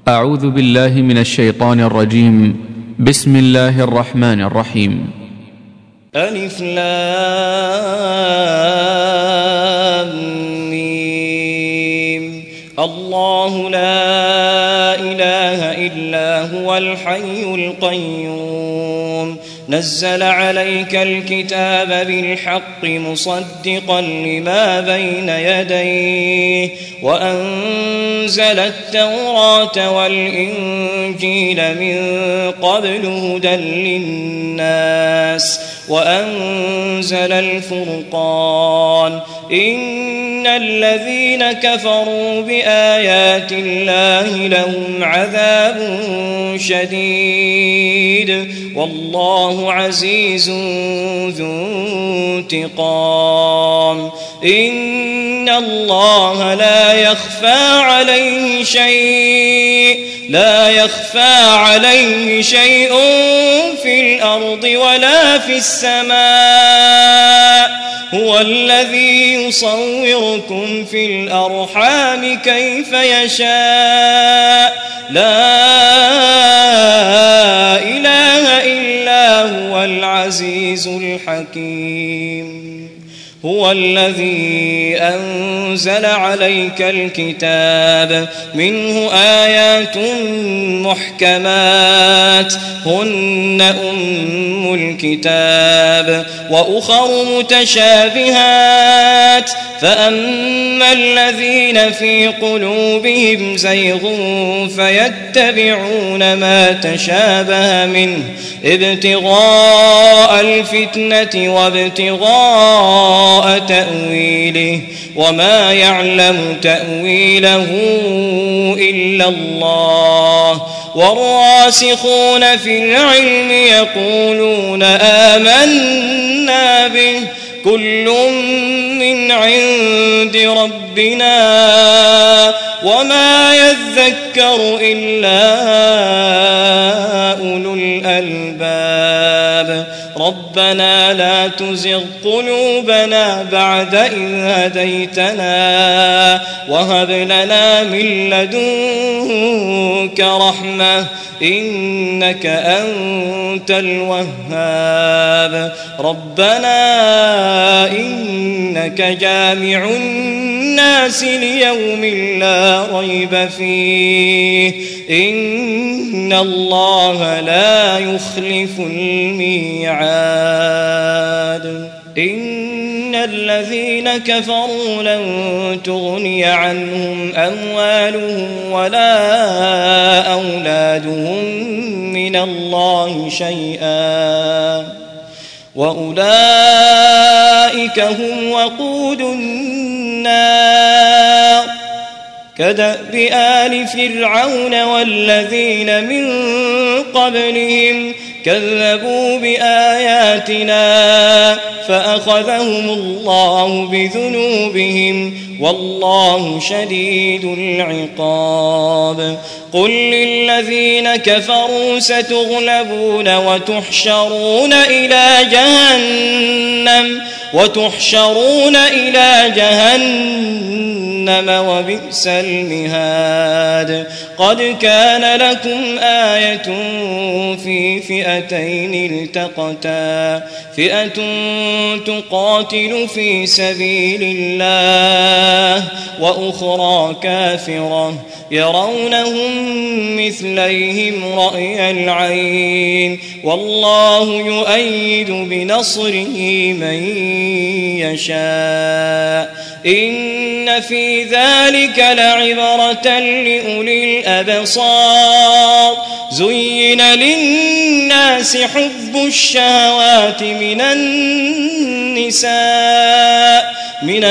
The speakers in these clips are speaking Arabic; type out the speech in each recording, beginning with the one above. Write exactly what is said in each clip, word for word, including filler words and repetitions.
أعوذ بالله من الشيطان الرجيم. بسم الله الرحمن الرحيم. ألف لام ميم. الله لا إله إلا هو الحي القيوم نزل عليك الكتاب بالحق مصدقا لما بين يديه وأنزل التوراة والإنجيل من قبل هدى للناس وأنزل الفرقان إن الذين كفروا بآيات الله لهم عذاب شديد والله عزيز ذو انتقام إن الله لا يخفى عليه شيء لا يخفى عليه شيء في الأرض ولا في السماء هو الذي يصوركم في الأرحام كيف يشاء لا إله إلا هو العزيز الحكيم هو الذي أنزل عليك الكتاب منه آيات محكمات هن أم الكتاب وأخر متشابهات فأما الذين في قلوبهم زيغ فيتبعون ما تشابه منه ابتغاء الفتنة وابتغاء تأويله وما يعلم تأويله إلا الله والراسخون في العلم يقولون آمنا به كل من عند ربنا وما يذكر إلا أولو الألباب ربنا لا تزغ قلوبنا بعد إذ هديتنا وهب لنا من لدنك رحمة إنك أنت الوهاب ربنا إنك جامع الناس ليوم لا ريب فيه إن الله لا يخلف الميعاد إن الذين كفروا لن تغني عنهم أموالهم ولا أولادهم من الله شيئا وأولئك هم وقود النار كدأب آل فرعون والذين من قبلهم كذبوا بآياتنا فأخذهم الله بذنوبهم والله شديد العقاب قل للذين كفروا ستغلبون وتحشرون إلى جهنم وتحشرون إلى جهنم وبئس المهاد قد كان لكم آية في فئتين التقتا فئة تقاتل في سبيل الله وأخرى كافرة يرونهم مثليهم رأي العين والله يؤيد بنصره من يشاء إن في ذلك لعبرة لأولي الأبصار زين للناس حب الشهوات من النساء من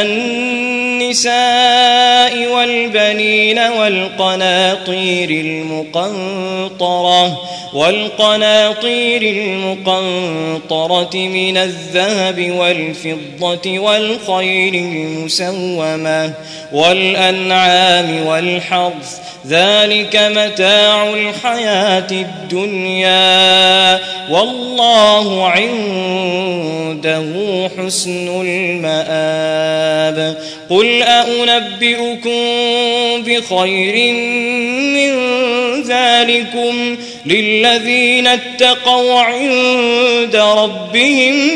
النساء والبنين والقناطير المقنطرة والقناطير المقنطرة من الذهب والفضة والخيل المسومة والأنعام والحرث ذلك متاع الحياة الدنيا والله عنده حسن المآب قل أنبئكم بخير من ذلكم للذين اتقوا عند ربهم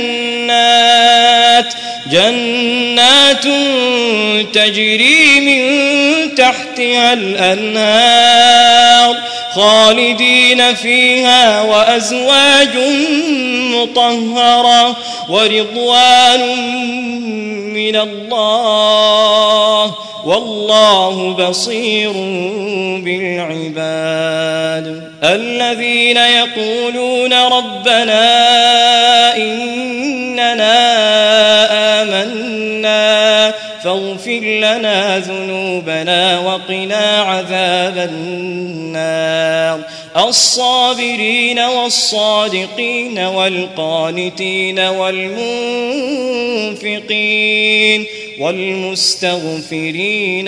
جنات جنات تجري من تحتها الأنهار خالدين فيها وأزواج مطهرة ورضوان من الله والله بصير بالعباد الذين يقولون ربنا إننا آمنا فاغفر لنا ذنوبنا وقنا عذاب النار الصابرين والصادقين والقانتين والمنفقين والمستغفرين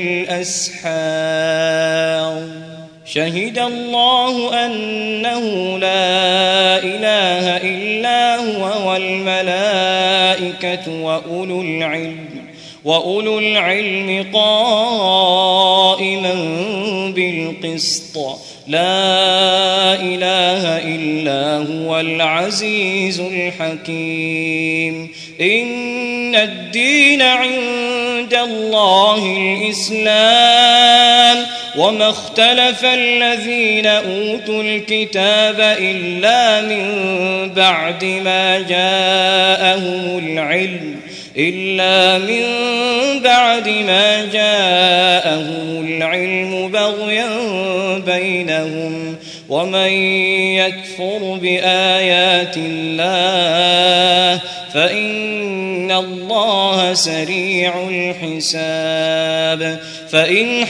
بالأسحار شهد الله أنه لا إله إلا هو والملائكة وأولو العلم وأولو العلم قائما بالقسط لا إله إلا هو العزيز الحكيم إن الدين عند الله الإسلام وما اختلف الذين أوتوا الكتاب إلا من بعد ما جاءهم العلم إلا من بعد ما جاءهم العلم بغيا بينهم ومن يكفر بآيات الله فإن الله سريع الحساب فإن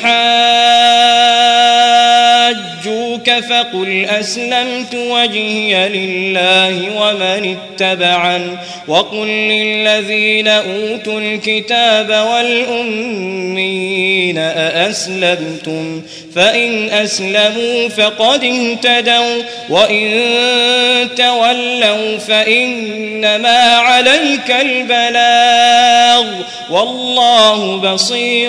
حاجوك فقل أسلمت وجهي لله ومن اتبعن وقل للذين أوتوا الكتاب والأميين أأسلمتم فإن أسلموا فقد اهتدوا وإن تولوا فإنما عليك البلاغ والله بصير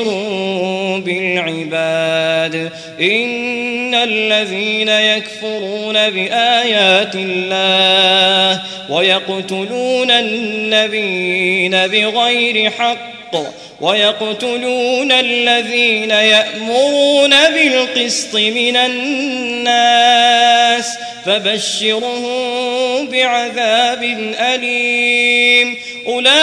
بالعباد إن الذين يكفرون بآيات الله ويقتلون النبيين بغير حق ويقتلون الذين يأمرون بالقسط من الناس فبشرهم بعذاب أليم أولئك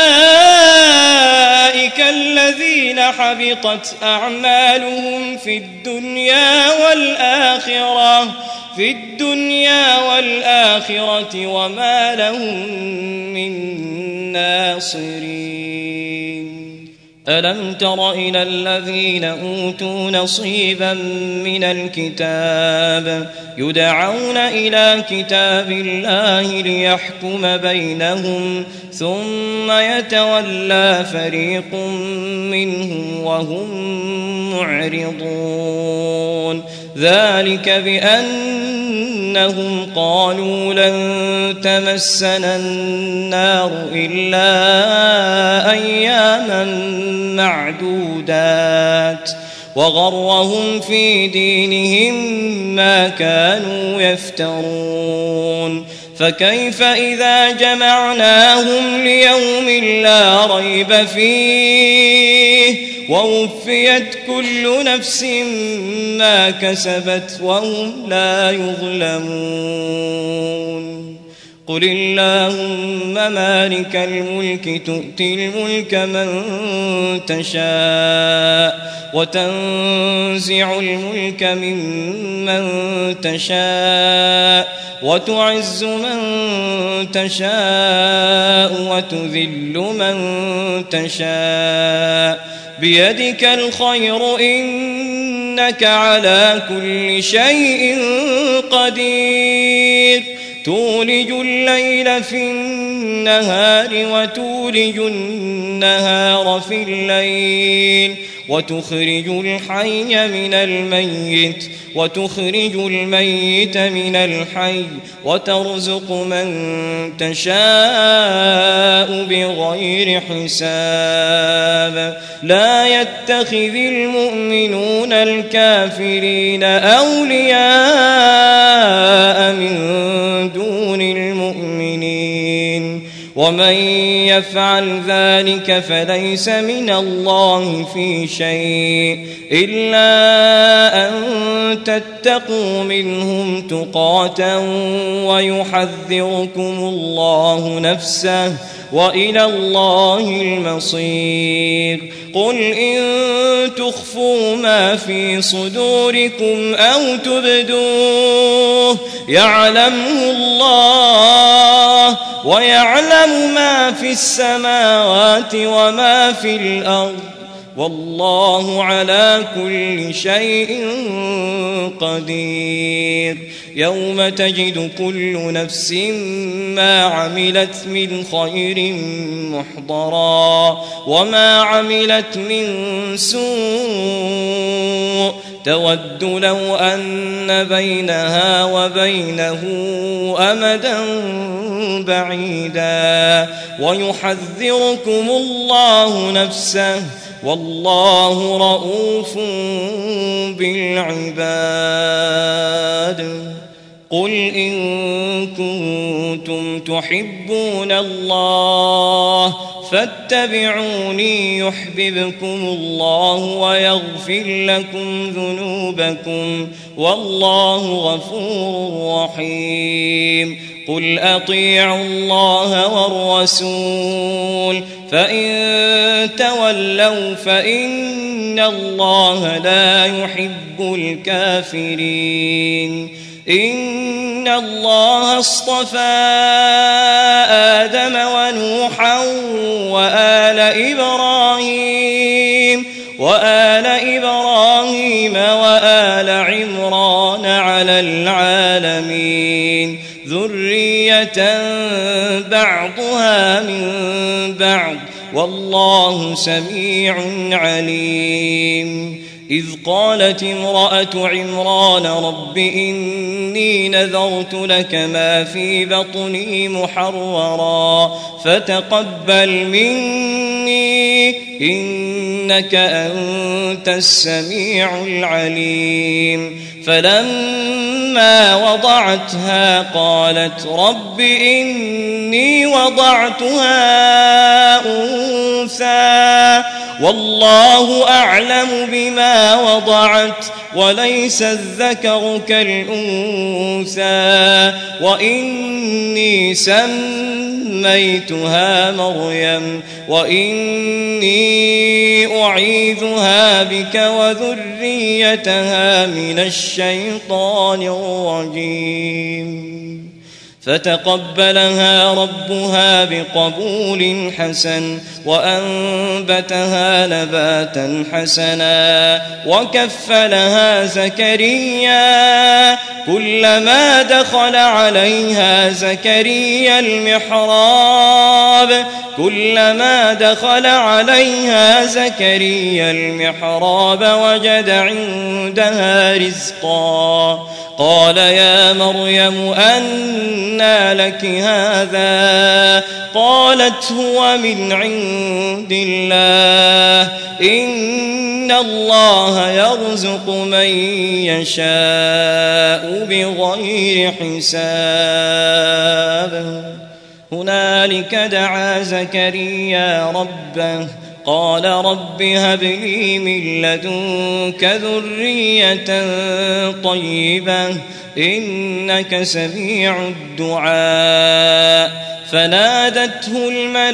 الذين حبطت أعمالهم في الدنيا والآخرة في الدنيا والآخرة وما لهم من ناصرين ألم تر إلى الذين أوتوا نصيبا من الكتاب يدعون إلى كتاب الله ليحكم بينهم ثم يتولى فريق منهم وهم معرضون ذلك بأنهم قالوا لن تمسنا النار إلا أياما معدودات وغرهم في دينهم ما كانوا يفترون فكيف إذا جمعناهم ليوم لا ريب فيه ووفيت كل نفس ما كسبت وهم لا يظلمون قل اللهم مالك الملك تؤتي الملك من تشاء وتنزع الملك ممن تشاء وتعز من تشاء وتذل من تشاء بيدك الخير إنك على كل شيء قدير تولج الليل في النهار وتولج النهار في الليل وتخرج الحي من الميت وتخرج الميت من الحي وترزق من تشاء بغير حساب لا يتخذ المؤمنون الكافرين أولياء من دون المؤمنين ومن يفعل ذلك فليس من الله في شيء إلا أن تتقوا منهم تقاة ويحذركم الله نفسه وإلى الله المصير قل إن تخفوا ما في صدوركم أو تبدوه يعلمه الله ويعلم ما في السماوات وما في الأرض والله على كل شيء قدير يوم تجد كل نفس ما عملت من خير محضرا وما عملت من سوء تود لو أن بينها وبينه أمدا بعيدا ويحذركم الله نفسه والله رؤوف بالعباد قل إن كنتم تحبون الله فاتبعوني يحببكم الله ويغفر لكم ذنوبكم والله غفور رحيم قل أطيعوا الله والرسول فإن تولوا فإن الله لا يحب الكافرين إن الله اصطفى آدم ونوحا وآل إبراهيم وآل إبراهيم وآل عمران على العالمين ذرية بعضها من بعض والله سميع عليم إذ قالت امرأة عمران رب إني نذرت لك ما في بطني محررا فتقبل مني إنك أنت السميع العليم فلما وضعتها قالت رب إني وضعتها أنثى والله أعلم بما وضعت وليس الذكر كالأنثى وإني سميتها مريم وإني أعيذها بك وذريتها من الشيطان الرجيم فتقبلها ربها بقبول حسن وأنبتها نباتا حسنا وكفلها زكريا كلما دخل عليها زكريا المحراب كلما دخل عليها زكريا المحراب وجد عندها رزقا قال يا مريم أنى لك هذا قالت هو من عند الله إن الله يرزق من يشاء بغير حساب هنالك دعا زكريا ربه قال رب هب لي من لدنك ذرية طيبة إنك سميع الدعاء فنادته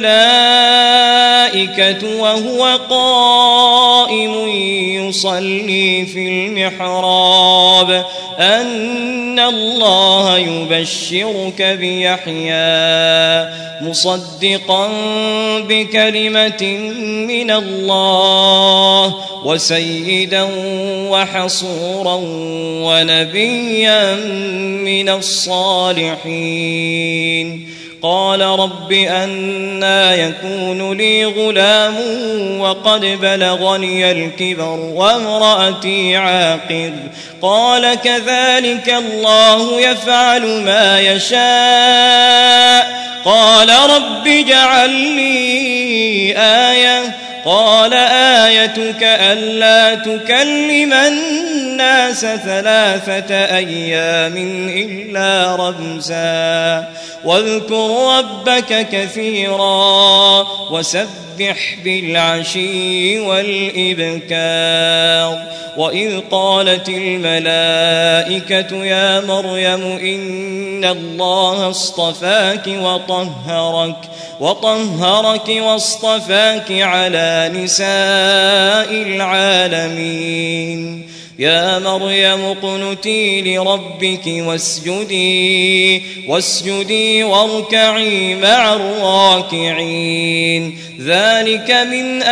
الملائكة وهو قائم يصلي في المحراب أن الله يبشرك بيحيى مصدقا بكلمة من الله وسيدا وحصورا ونبيا من الصالحين قال رب أنى يكون لي غلام وقد بلغني الكبر وامرأتي عاقر قال كذلك الله يفعل ما يشاء قال رب اجعل لي آية قال آيتك ألا تكلم الناس ثلاثة أيام إلا رمزا واذكر ربك كثيرا وسبح بالعشي والإبكار وإذ قالت الملائكة يا مريم إن الله اصطفاك وطهرك وطهرك واصطفاك على نساء العالمين يا مريم اقنتي لربك واسجدي واسجدي واركعي مع الراكعين ذلك من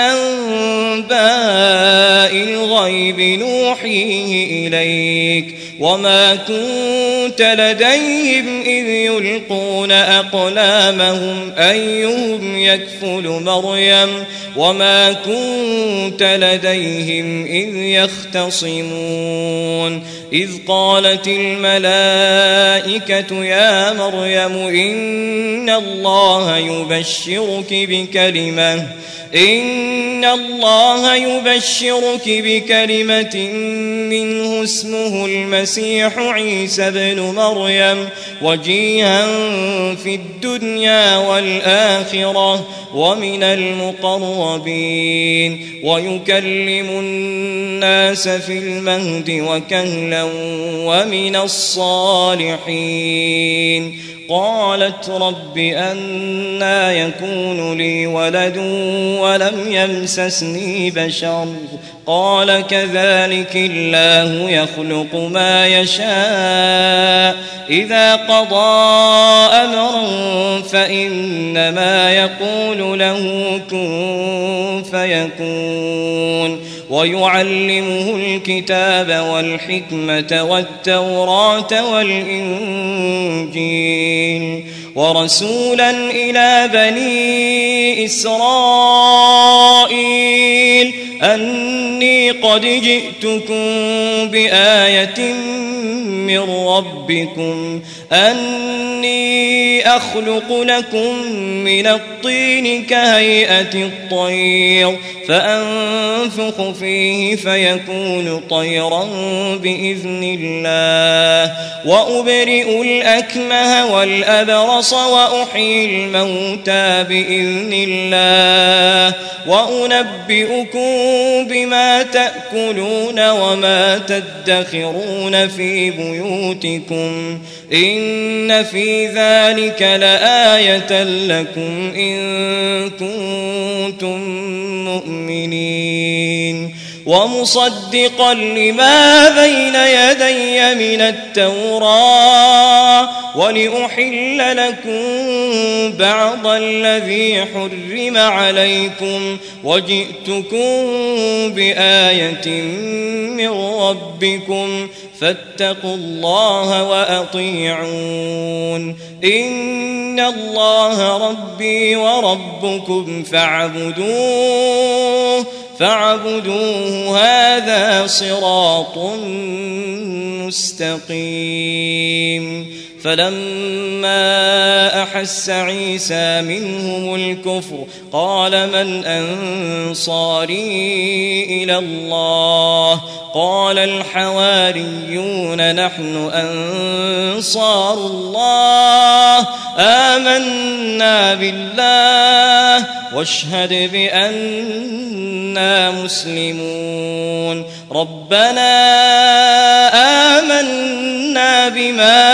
أنباء الغيب نوحيه إليك وما كنت لديهم إذ يلقون أقلامهم أيهم يكفل مريم وما كنت لديهم إذ يختصمون إذ قالت الملائكة يا مريم إن الله يبشرك بكلمة إن الله يبشرك بكلمة منه اسمه المسيح عيسى بن مريم وجيها في الدنيا والآخرة ومن المقربين ويكلم الناس في المهد وكهلا ومن الصالحين قالت رب أنى يكون لي ولد ولم يمسسني بشر قال كذلك الله يخلق ما يشاء إذا قضى أمرا فإنما يقول له كن فيكون ويعلمه الكتاب والحكمة والتوراة والإنجيل ورسولا إلى بني إسرائيل أني قد جئتكم بآية من ربكم أني أخلق لكم من الطين كهيئة الطير فأنفخ فيه فيكون طيرا بإذن الله وأبرئ الأكمه والأبرص وأحيي الموتى بإذن الله وأنبئكم بما تأكلون وما تدخرون في بيوتكم إن في ذلك لآية لكم إن كنتم مؤمنين ومصدقا لما بين يدي من التوراة ولأحل لكم بعض الذي حرم عليكم وجئتكم بآية من ربكم فاتقوا الله وأطيعون إن الله ربي وربكم فاعبدوه فاعبدوه هذا صراط مستقيم فلما أحس عيسى منهم الكفر قال من أنصاري إلى الله قال الحواريون نحن أنصار الله آمنا بالله واشهد بأننا مسلمون ربنا آمنا بما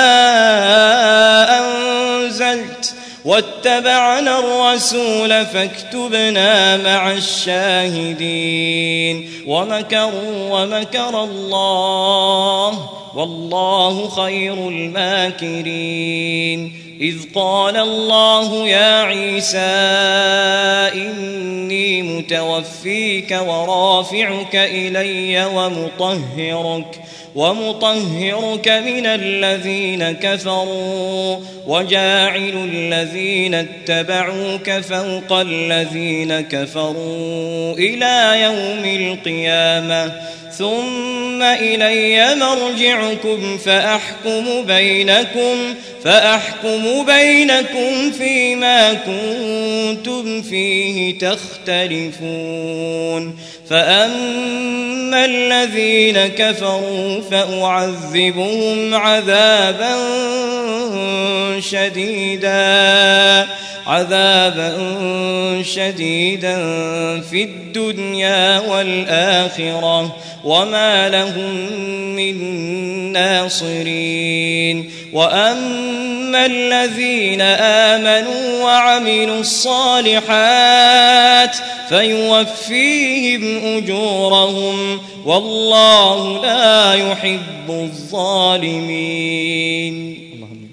أنزلت واتبعنا الرسول فاكتبنا مع الشاهدين ومكروا ومكر الله والله خير الماكرين إذ قال الله يا عيسى إني متوفيك ورافعك إلي ومطهرك ومطهرك من الذين كفروا وجاعل الذين اتبعوك فوق الذين كفروا إلى يوم القيامة ثم إلي مرجعكم فأحكم بينكم فأحكم بينكم فيما كنتم فيه تختلفون فأما الذين كفروا فأعذبهم عذابا شديدا عذابا شديدا في الدنيا والآخرة وما لهم من ناصرين وأما الذين آمنوا وعملوا الصالحات فيوفيهم أجورهم والله لا يحب الظالمين.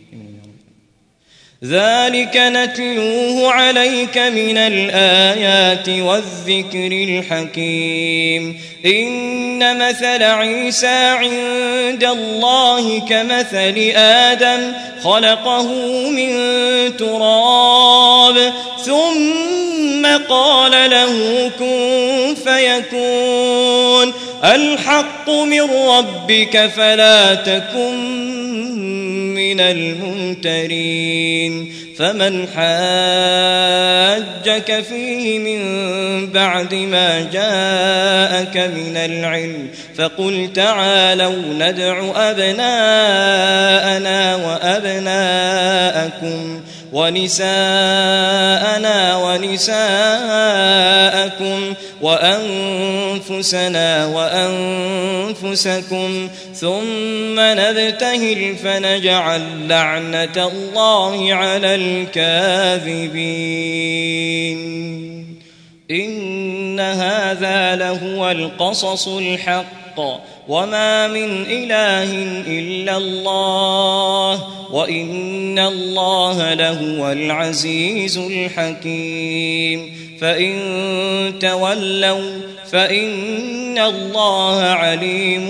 ذلك نتلوه عليك من الآيات والذكر الحكيم. إن مثل عيسى عند الله كمثل آدم خلقه من تراب ثم قال له كن فيكون الحق من ربك فلا تكن من الممترين. فمن حاجك فيه من بعد ما جاءك من العلم فقل تعالوا ندع أبناءنا وأبناءكم ونساءنا ونساءكم وأنفسنا وأنفسكم ثم نبتهل فنجعل لعنة الله على الكاذبين. إن هذا لهو القصص الحق وما من إله إلا الله وإن الله لهو العزيز الحكيم. فإن تولوا فإن الله عليم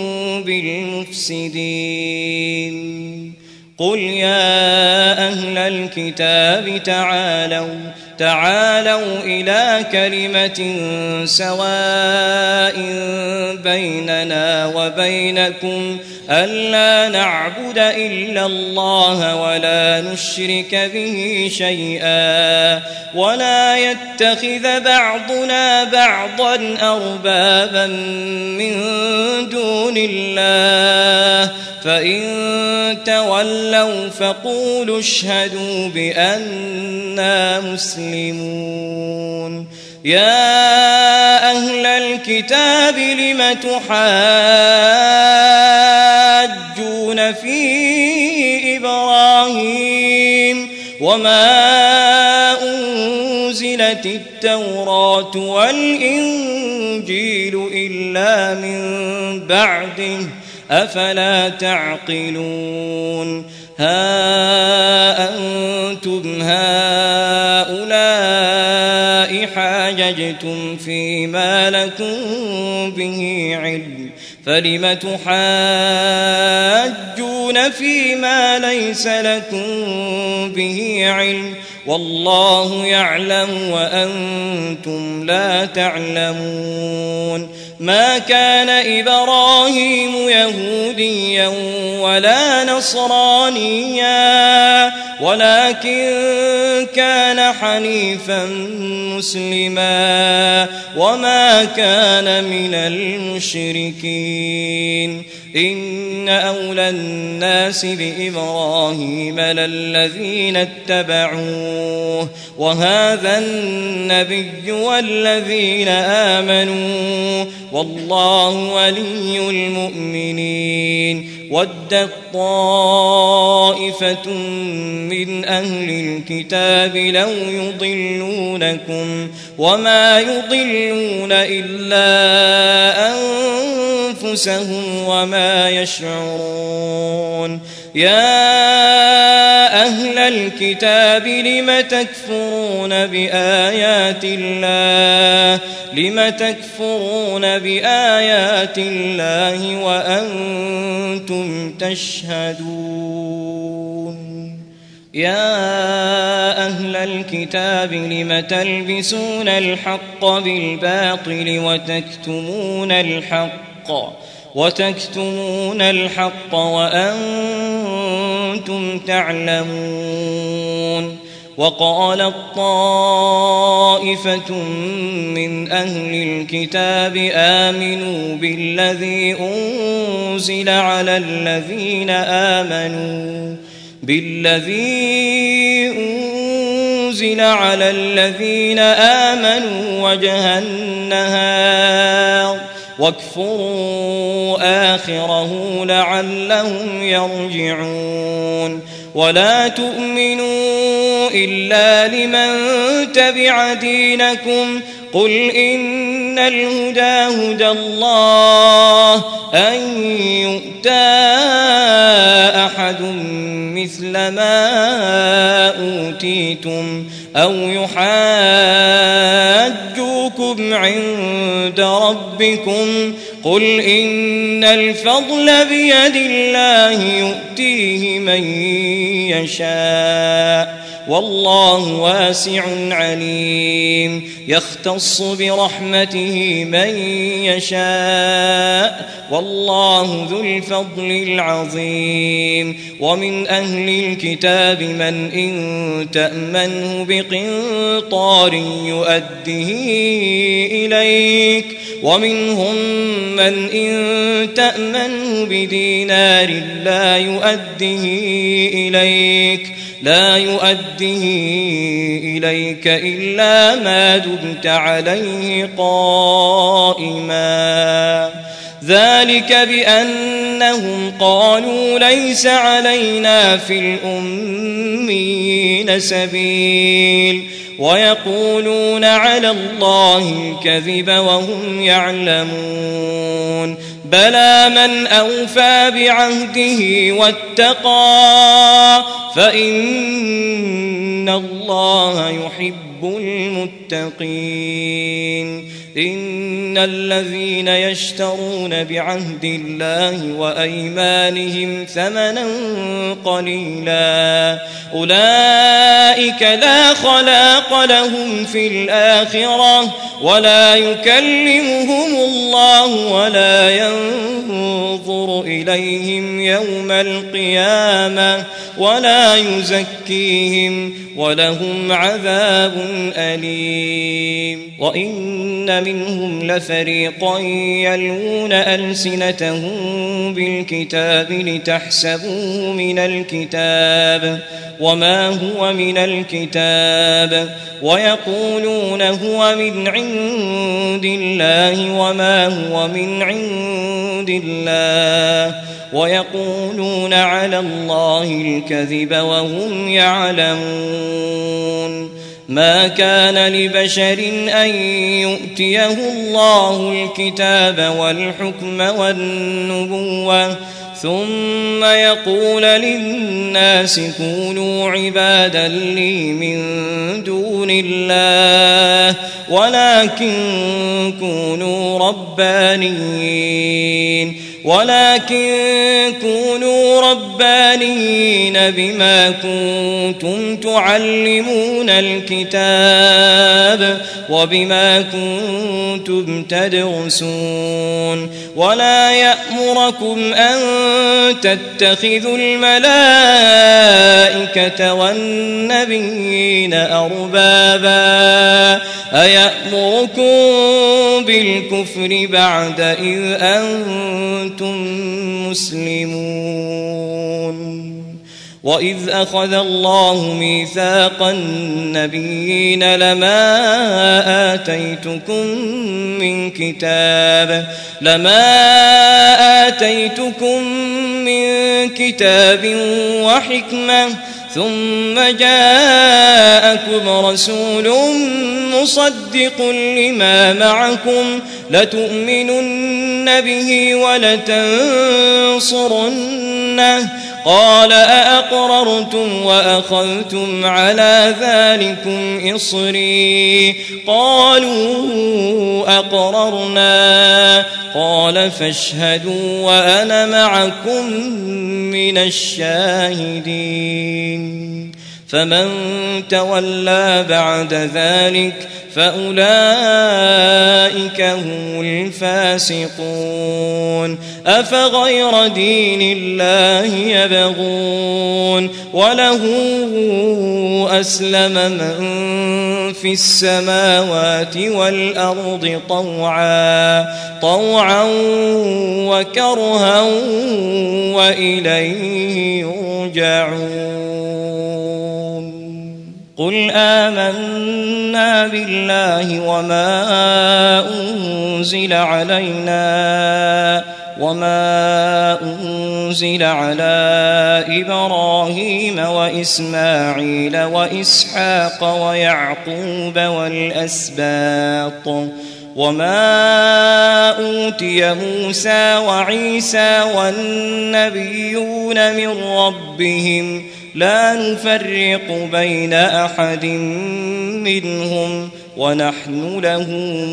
بالمفسدين. قل يا أهل الكتاب تعالوا تعالوا إلى كلمة سواء بيننا وبينكم ألا نعبد إلا الله ولا نشرك به شيئا ولا يتخذ بعضنا بعضا أربابا من دون الله فإن تولوا فقولوا اشهدوا بأننا مسلمون. يا أهل الكتاب لم تحاجون في إبراهيم وما أنزلت التوراة والإنجيل إلا من بعده أفلا تعقلون. ها أنتم هؤلاء حاججتم فيما لكم به علم فلم تحاجون فيما ليس لكم به علم والله يعلم وأنتم لا تعلمون. ما كان إبراهيم يهوديا ولا نصرانيا ولكن كان حنيفا مسلما وما كان من المشركين. إن أولى الناس بإبراهيم للذين اتبعوه وهذا النبي والذين آمنوا والله ولي المؤمنين. ودت طائفة من أهل الكتاب لو يضلونكم وما يضلون إلا أنفسهم وما يشعرون. يا أهل الكتاب لم تكفرون بآيات الله لم تكفرون بآيات الله وأنتم تشهدون يا أهل الكتاب لم تلبسون الحق بالباطل وتكتمون الحق وتكتمون الحق وأنتم تعلمون وقالت طائفة من أهل الكتاب آمنوا بالذي أنزل على الذين آمنوا بالذي أنزل على الذين آمنوا وجه النهار واكفروا آخره لعلهم يرجعون ولا تؤمنوا إلا لمن تبع دينكم قل إن الهدى هدى الله أن يؤتى أحد مثل ما أوتيتم أو يحاجوكم عند ربكم قل إن الفضل بيد الله يؤتيه من يشاء والله واسع عليم يختص برحمته من يشاء والله ذو الفضل العظيم ومن أهل الكتاب من إن تأمنه بقنطار يؤديه إليك ومنهم من إن تأمنه بدينار لا يؤديه إليك لا يؤديه إليك إلا ما دمت عليه قائما ذلك بأنهم قالوا ليس علينا في الأمين سبيل ويقولون على الله الكذب وهم يعلمون بلى من أوفى بعهده واتقى فإن الله يحب المتقين إن الذين يشترون بعهد الله وأيمانهم ثمنا قليلا أولئك لا خلاق لهم في الآخرة ولا يكلمهم الله ولا ينظر إليهم يوم القيامة ولا يزكيهم ولهم عذاب أليم وإن منهم لفريقا يلوون ألسنتهم بالكتاب لتحسبوه من الكتاب وما هو من الكتاب ويقولون هو من عند الله وما هو من عند الله ويقولون على الله الكذب وهم يعلمون ما كان لبشر أن يؤتيه الله الكتاب والحكم والنبوة ثم يقول للناس كونوا عبادا لي من دون الله ولكن كونوا ربانيين ولكن كونوا ربانيين بما كنتم تعلمون الكتاب وبما كنتم تدرسون ولا يأمركم أن تتخذوا الملائكة والنبيين أربابا أيأمركم بالكفر بعد إذ أنتم مسلمون وإذ أخذ الله ميثاق النبيين لما آتيتكم من كتاب لما آتيتكم من كتاب وحكمة ثم جاءكم رسول مصدق لما معكم لتؤمنن به ولتنصرن قال أأقررتم وأخذتم على ذلكم إصري قالوا أقررنا قال فاشهدوا وأنا معكم من الشاهدين فمن تولى بعد ذلك فأولئك هم الفاسقون أفغير دين الله يبغون وله أسلم من في السماوات والأرض طوعا طوعا وكرها وإليه يرجعون قل آمنا بالله وما أنزل علينا وما أنزل على إبراهيم وإسماعيل وإسحاق ويعقوب والأسباط وما أوتي موسى وعيسى والنبيون من ربهم لا نفرق بين أحد منهم ونحن له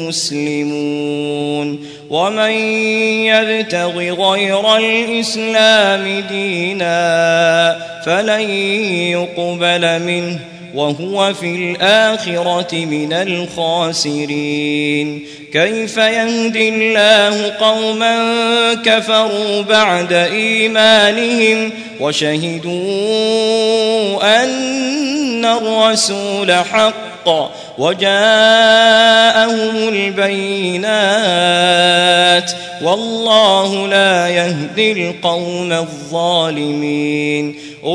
مسلمون ومن يبتغ غير الإسلام دينا فلن يقبل منه وهو في الآخرة من الخاسرين كيف يهدي الله قوما كفروا بعد إيمانهم وشهدوا أن الرسول حق وجاءهم البينات والله لا يهدي القوم الظالمين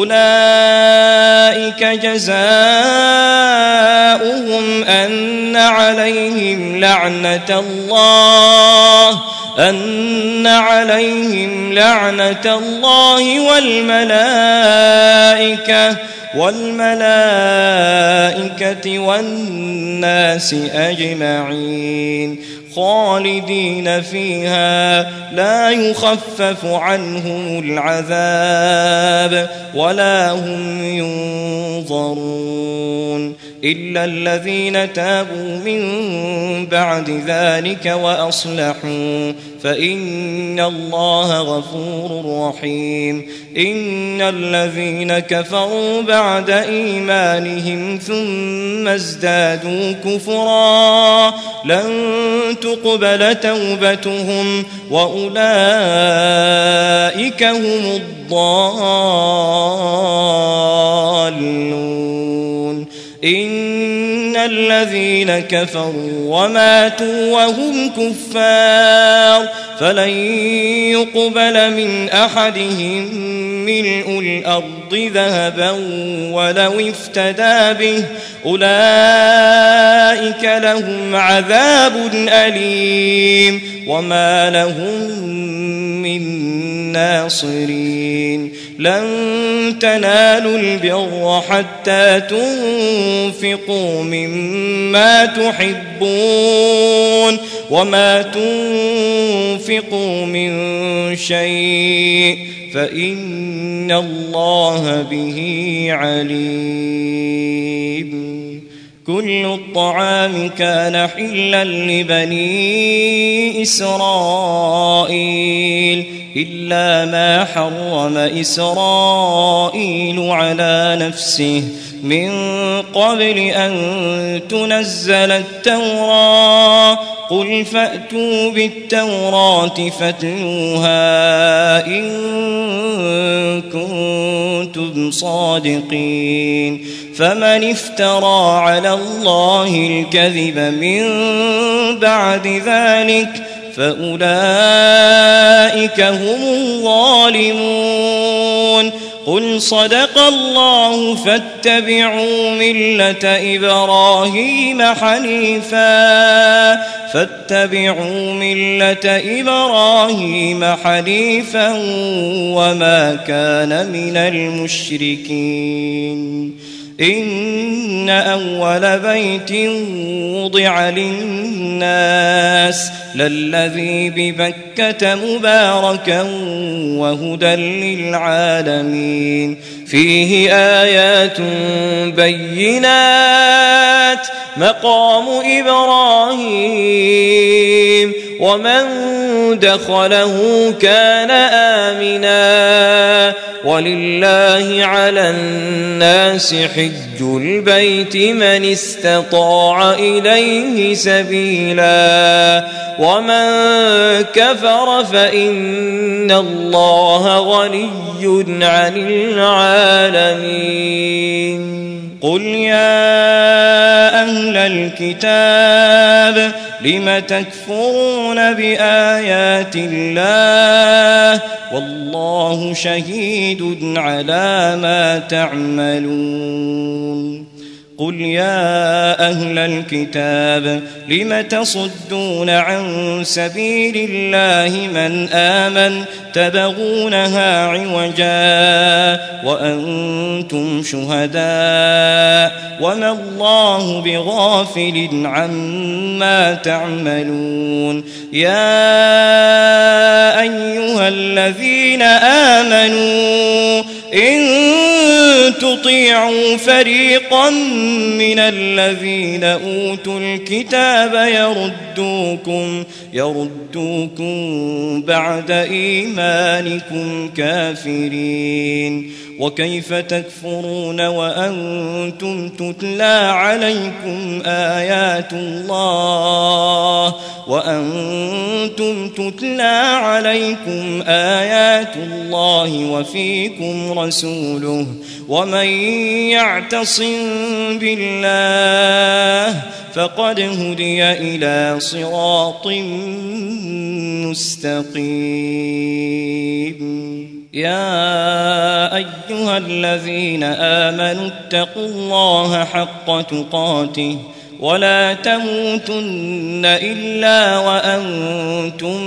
أولئك جزاؤهم أن عليهم لعنة الله أن عليهم لعنة الله والملائكة والملائكة والناس أجمعين خالدين فيها لا يخفف عنهم العذاب ولا هم ينظرون إلا الذين تابوا من بعد ذلك وأصلحوا فإن الله غفور رحيم إن الذين كفروا بعد إيمانهم ثم ازدادوا كفرا لن تقبل توبتهم وأولئك هم الضالون إن الذين كفروا وماتوا وهم كفار فلن يقبل من أحدهم ملء الأرض ذهبا ولو افتدى به أولئك لهم عذاب أليم وما لهم من ناصرين لن تنالوا البر حتى تنفقوا مما تحبون وما تنفقوا من شيء فإن الله به عليم كل الطعام كان حلا لبني إسرائيل إلا ما حرم إسرائيل على نفسه من قبل أن تنزل التوراة قل فأتوا بالتوراة فاتلوها إن كنتم صادقين فمن افترى على الله الكذب من بعد ذلك فأولئك هم الظالمون قل صدق الله فاتبعوا ملة إبراهيم حنيفا فاتبعوا ملة إبراهيم حنيفا وما كان من المشركين إن أول بيت وضع للناس للذي ببكة مباركا وهدى للعالمين فيه آيات بينات مقام إبراهيم ومن دخله كان آمنا ولله على الناس حج البيت من استطاع إليه سبيلا ومن كفر فإن الله غني عن العالمين قل يا أهل الكتاب لم تكفرون بآيات الله والله شهيد على ما تعملون قل يا أهل الكتاب لم تصدون عن سبيل الله من آمن تبغونها عوجا وأنتم شهداء وما الله بغافل عما تعملون يا أيها الذين آمنوا إن تطيعوا فريقا من الذين أوتوا الكتاب يردوكم يردوكم بعد إيمانكم كافرين وكيف تكفرون وأنتم تتلى عليكم آيات الله وأنتم تتلى عليكم آيات الله وفيكم رسوله ومن يعتصم بالله فقد هدي إلى صراط مستقيم يا أيها الذين آمنوا اتقوا الله حق تقاته ولا تموتن إلا وأنتم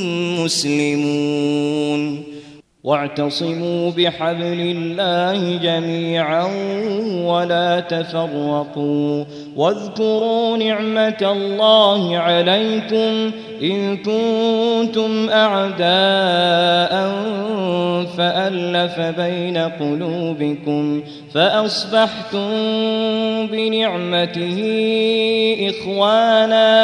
مسلمون واعتصموا بحبل الله جميعا ولا تفرقوا واذكروا نعمة الله عليكم إن كنتم أعداء فألف بين قلوبكم فأصبحتم بنعمته إخوانا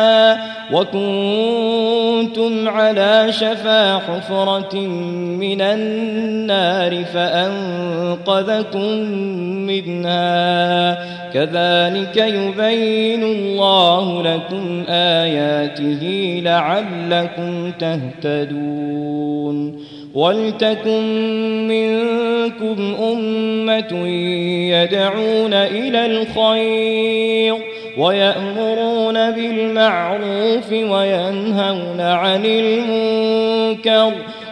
وكنتم على شفا حفرة من النار فأنقذكم منها كذلك يبين الله لكم آياته لعلكم تهتدون ولتكن منكم أمة يدعون إلى الخير ويأمرون بالمعروف وينهون عن المنكر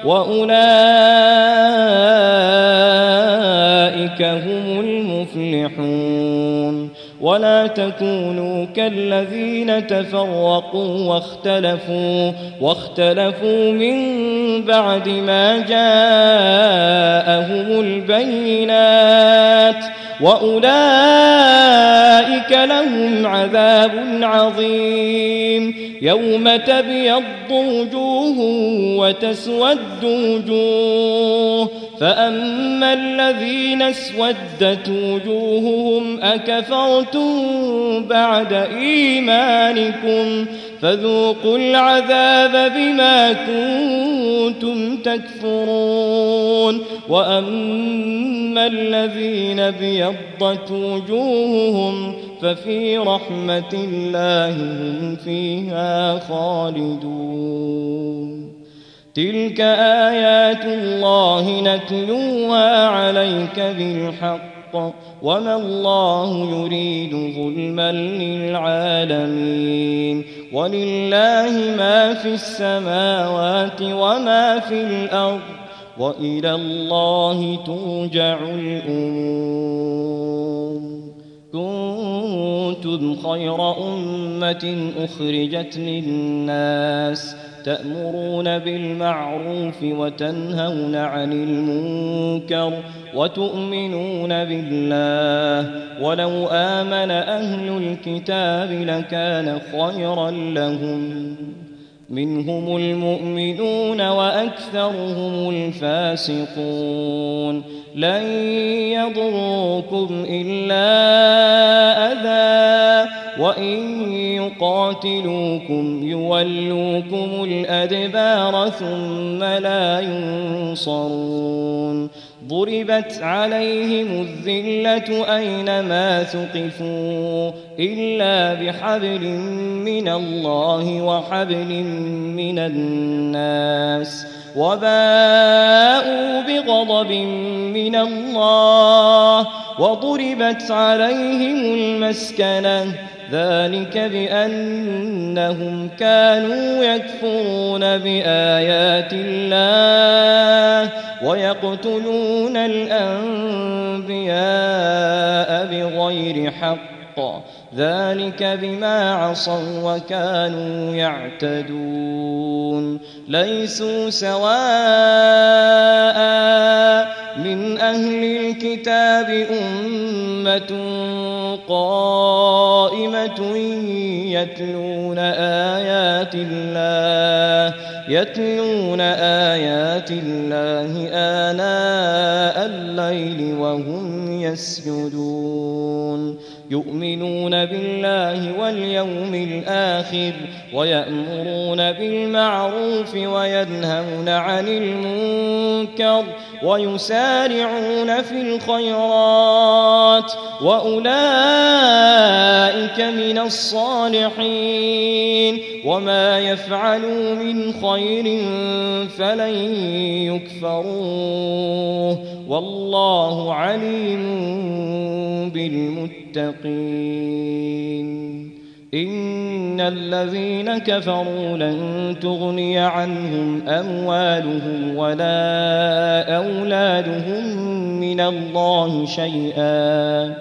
وأولئك هم المفلحون ولا تكونوا كالذين تفرقوا واختلفوا واختلفوا من بعد ما جاءهم البينات وأولئك لهم عذاب عظيم يوم تبيض وجوه وتسود وجوه فأما الذين اسودت وجوههم أكفرتم بعد إيمانكم فذوقوا العذاب بما كنتم تكفرون وأما الذين بيضت وجوههم ففي رحمة الله هم فيها خالدون تلك آيات الله نتلوها عليك بالحق وما الله يريد ظلما للعالمين ولله ما في السماوات وما في الأرض وإلى الله ترجع الأمور كنتم خير أمة أخرجت للناس تأمرون بالمعروف وتنهون عن المنكر وتؤمنون بالله ولو آمن أهل الكتاب لكان خيرا لهم منهم المؤمنون وأكثرهم الفاسقون لن يضروكم إلا أذى وإن يقاتلوكم يولوكم الأدبار ثم لا ينصرون ضربت عليهم الذلة أينما ثقفوا إلا بحبل من الله وحبل من الناس وباءوا بغضب من الله وضربت عليهم المسكنة ذلك بأنهم كانوا يكفرون بآيات الله ويقتلون الأنبياء بغير حق ذلك بما عصوا وكانوا يعتدون ليسوا سواء من أهل الكتاب أمة قائمة يتلون آيات الله يتلون آيات الله آناء الليل وهم يسجدون يؤمنون بالله واليوم الآخر ويأمرون بالمعروف وينهون عن المنكر ويسارعون في الخيرات وأولئك من الصالحين وما يفعلوا من خير فلن يكفروه والله عليم بالمتقين إن الذين كفروا لن تغني عنهم أموالهم ولا أولادهم من الله شيئا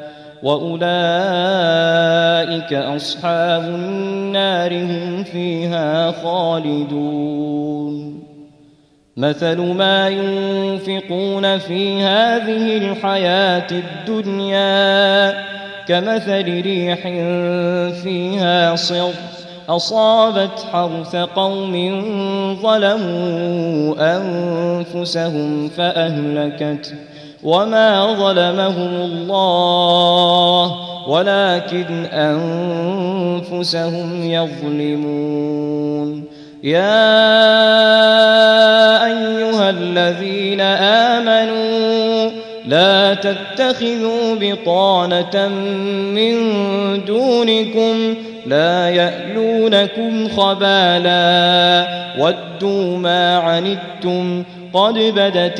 وأولئك أصحاب النار هم فيها خالدون مثل ما ينفقون في هذه الحياة الدنيا كمثل ريح فيها صر أصابت حرث قوم ظلموا أنفسهم فأهلكته وما ظلمهم الله ولكن أنفسهم يظلمون يا أيها الذين آمنوا لا تتخذوا بطانة من دونكم لا يألونكم خبالا ودوا ما عنتم قد بدت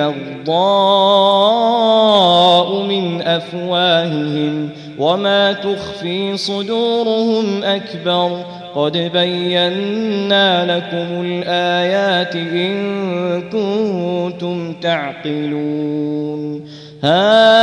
البغضاء من أفواههم وما تخفي صدورهم أكبر قد بينا لكم الآيات إن كنتم تعقلون ها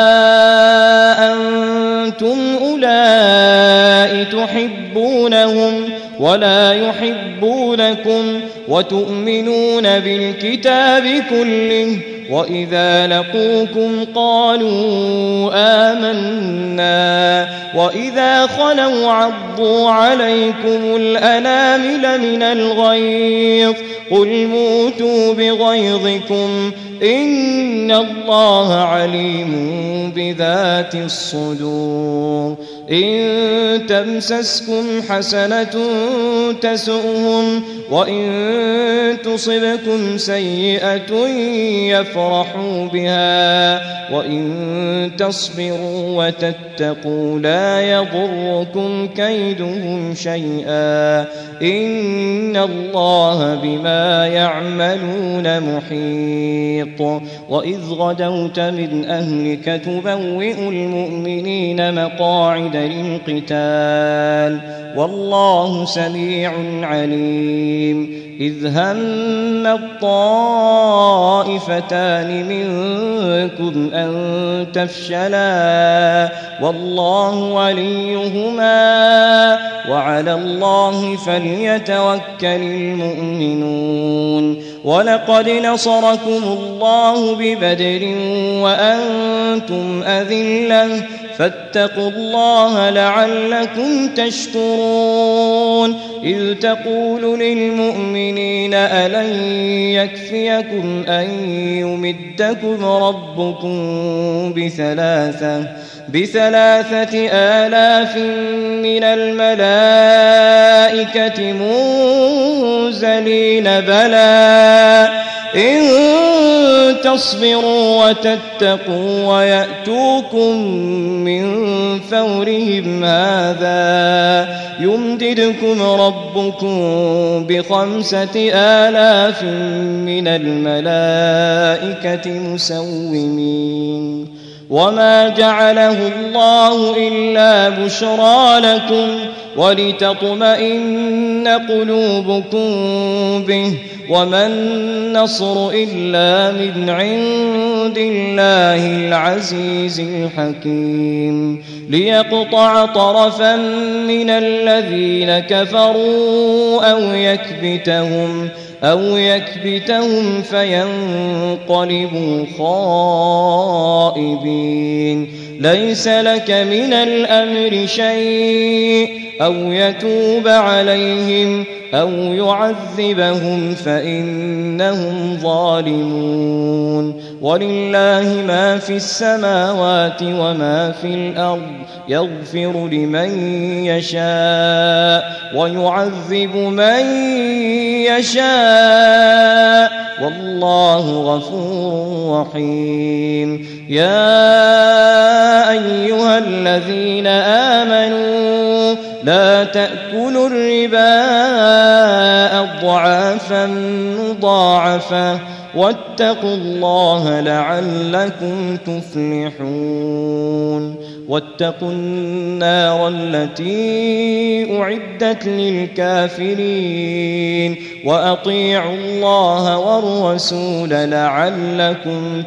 أنتم أولئك تحبونهم ولا يحبونكم وتؤمنون بالكتاب كله وإذا لقوكم قالوا آمنا وإذا خلوا عضوا عليكم الأنامل من الغيظ قل موتوا بغيظكم إن الله عليم بذات الصدور إن تمسسكم حسنة تسؤهم وإن تصبكم سيئة يفرحوا بها وإن تصبروا وتتقوا لا يضركم كيدهم شيئا إن الله بما يعملون محيط وإذ غدوت من أهلك تبوئ المؤمنين مقاعد للقتال والله سميع عليم إذ هم الطائفتان منكم أن تفشلا والله وليهما وعلى الله فليتوكل المؤمنون ولقد نصركم الله ببدر وأنتم أذلة فاتقوا الله لعلكم تشكرون إذ تقول للمؤمنين ألن يكفيكم أن يمدكم ربكم بثلاثة بثلاثة آلاف من الملائكة منزلين بلى إن تصبروا وتتقوا ويأتوكم من فورهم هذا يمددكم ربكم بخمسة آلاف من الملائكة مسومين وما جعله الله إلا بشرى لكم ولتطمئن قلوبكم به وما النصر إلا من عند الله العزيز الحكيم ليقطع طرفا من الذين كفروا أو يكبتهم أو يكبتهم فينقلبوا خائبين ليس لك من الأمر شيء أو يتوب عليهم أو يعذبهم فإنهم ظالمون ولله ما في السماوات وما في الأرض يغفر لمن يشاء ويعذب من يشاء والله غفور رحيم يا أيها الذين آمنوا لا تأكلوا الربا أضعافا مضاعفة واتقوا الله لعلكم تفلحون واتقوا النار التي أعدت للكافرين وأطيعوا الله والرسول لعلكم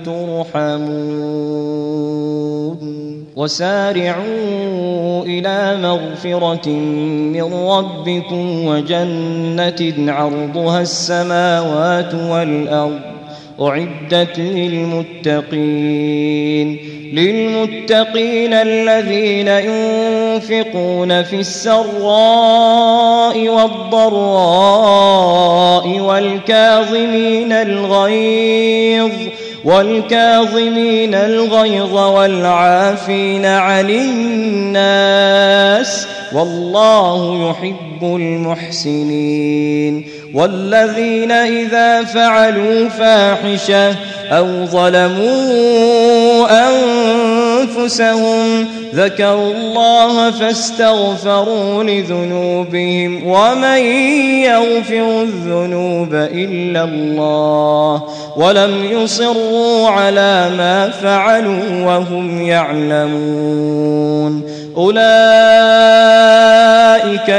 ترحمون وسارعوا إلى مغفرة من ربكم وجنة عرضها السماوات والأرض أعدت للمتقين للمتقين الذين ينفقون في السراء والضراء والكاظمين الغيظ والكاظمين الغيظ والعافين عن الناس والله يحب المحسنين والذين إذا فعلوا فاحشة أو ظلموا أنفسهم ذكروا الله فاستغفروا لذنوبهم ومن يغفر الذنوب إلا الله ولم يصروا على ما فعلوا وهم يعلمون أولئك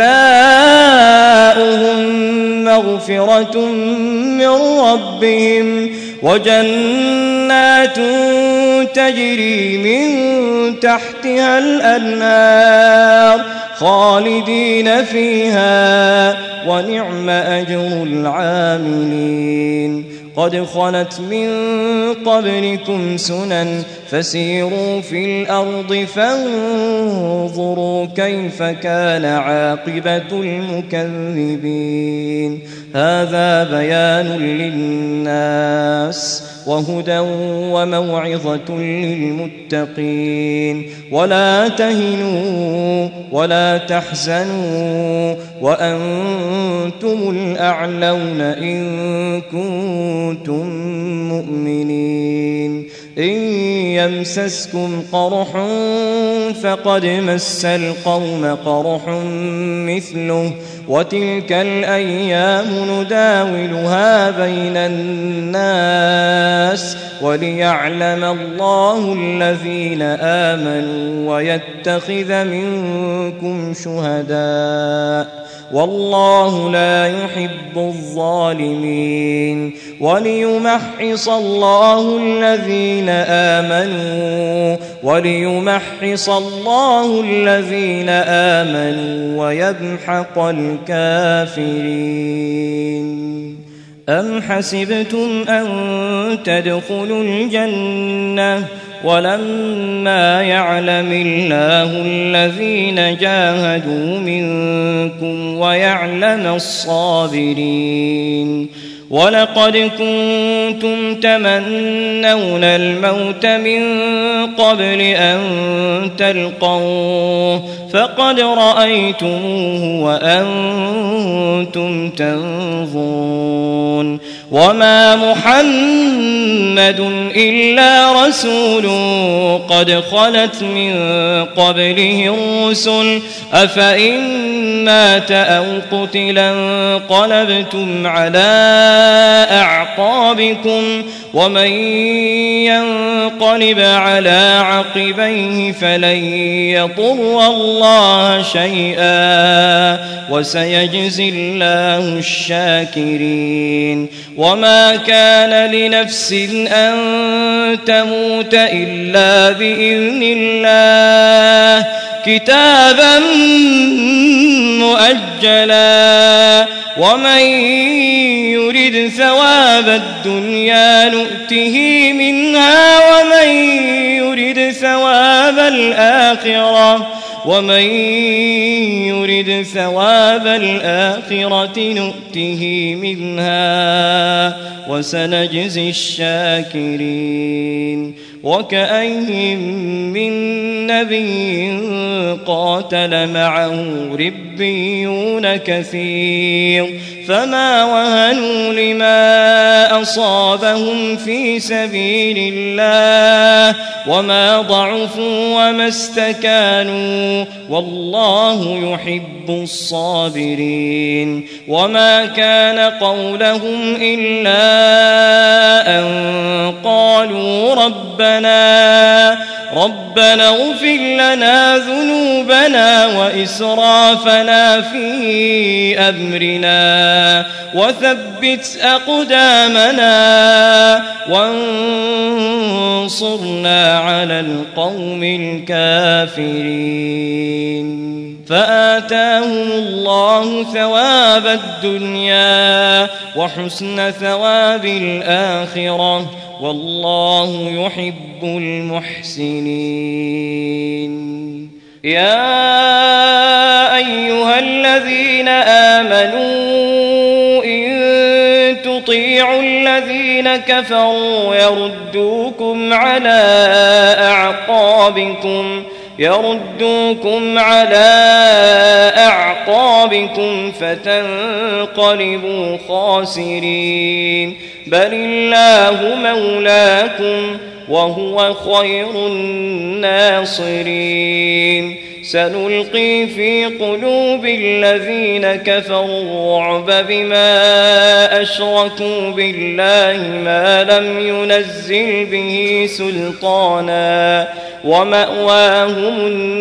جزاؤهم مغفرة من ربهم وجنات تجري من تحتها الأنهار خالدين فيها ونعم أجر العاملين قد خلت من قبلكم سنن فسيروا في الأرض فانظروا كيف كان عاقبة المكذبين هذا بيان للناس وهدى وموعظة للمتقين ولا تهنوا ولا تحزنوا وأنتم الأعلون إن كنتم مؤمنين إن يمسسكم قرح فقد مس القوم قرح مثله وتلك الأيام نداولها بين الناس وليعلم الله الذين آمنوا ويتخذ منكم شهداء والله لا يحب الظالمين وليمحص الله الذين آمنوا وليمحص الله الذين آمنوا ويمحق الكافرين. أم حسبتم أن تدخلوا الجنة ولما يعلم الله الذين جاهدوا منكم ويعلم الصابرين ولقد كنتم تمنون الموت من قبل أن تلقوه فقد رأيتموه وأنتم تنظرون وما محمد إلا رسول قد خلت من قبله الرسل أفإن مات أو قتلا انقلبتم على أعقابكم ومن ينقلب على عقبيه فلن يضر الله شيئا وسيجزي الله الشاكرين. وما كان لنفس أن تموت إلا بإذن الله كتابا مؤجلا ومن يرد ثواب الدنيا نؤته منها ومن يرد ثواب الآخرة ومن يرد ثواب الآخرة نؤته منها وسنجزي الشاكرين. وكأين من نبي قاتل معه ربيون كثير فما وهنوا لما أصابهم في سبيل الله وما ضعفوا وما استكانوا والله يحب الصابرين. وما كان قولهم إلا أن قالوا ربنا ربنا اغفر لنا ذنوبنا وإسرافنا في أمرنا وثبت أقدامنا وانصرنا على القوم الكافرين. فآتاهم الله ثواب الدنيا وحسن ثواب الآخرة والله يحب المحسنين. يا أيها الذين آمنوا إن تطيعوا الذين كفروا يردوكم على أعقابكم يردوكم على أعقابكم فتنقلبوا خاسرين بل الله مولاكم وهو خير الناصرين. سنلقي في قلوب الذين كفروا الرعب بما أشركوا بالله ما لم ينزل به سلطانا ومأواهم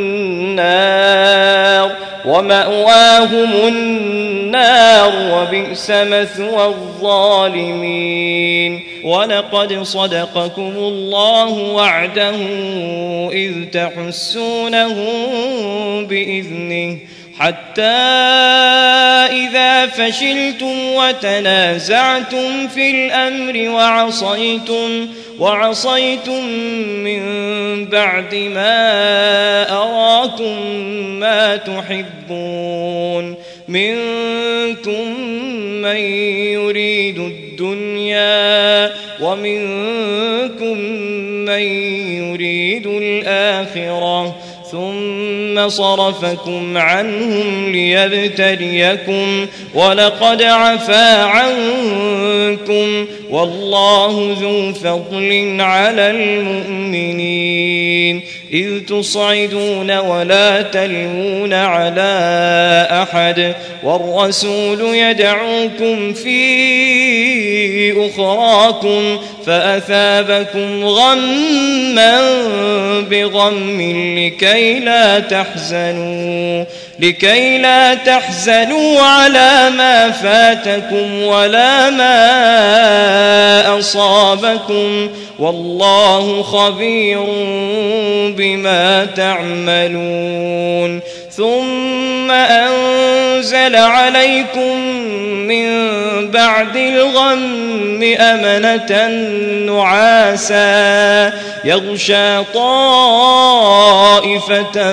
النار ومأواهم النار وبئس مثوى الظالمين. ولقد صدقكم الله وعده إذ تحسونهم بإذنه حتى إذا فشلتم وتنازعتم في الأمر وعصيتم وعصيتم من بعد ما أراكم ما تحبون منكم من يريد الدنيا ومنكم من يريد الآخرة ثم صرفكم عنهم ليبتليكم ولقد عفا عنكم والله ذو فضل على المؤمنين. إذ تصعدون ولا تلوون على أحد والرسول يدعوكم في أخراكم فأثابكم غما بغم لكي لا تحزنوا لكي لا تحزنوا على ما فاتكم ولا ما أصابكم والله خبير بما تعملون ثم أنزل عليكم من بعد الغم أمنة نعاسا يغشى طائفة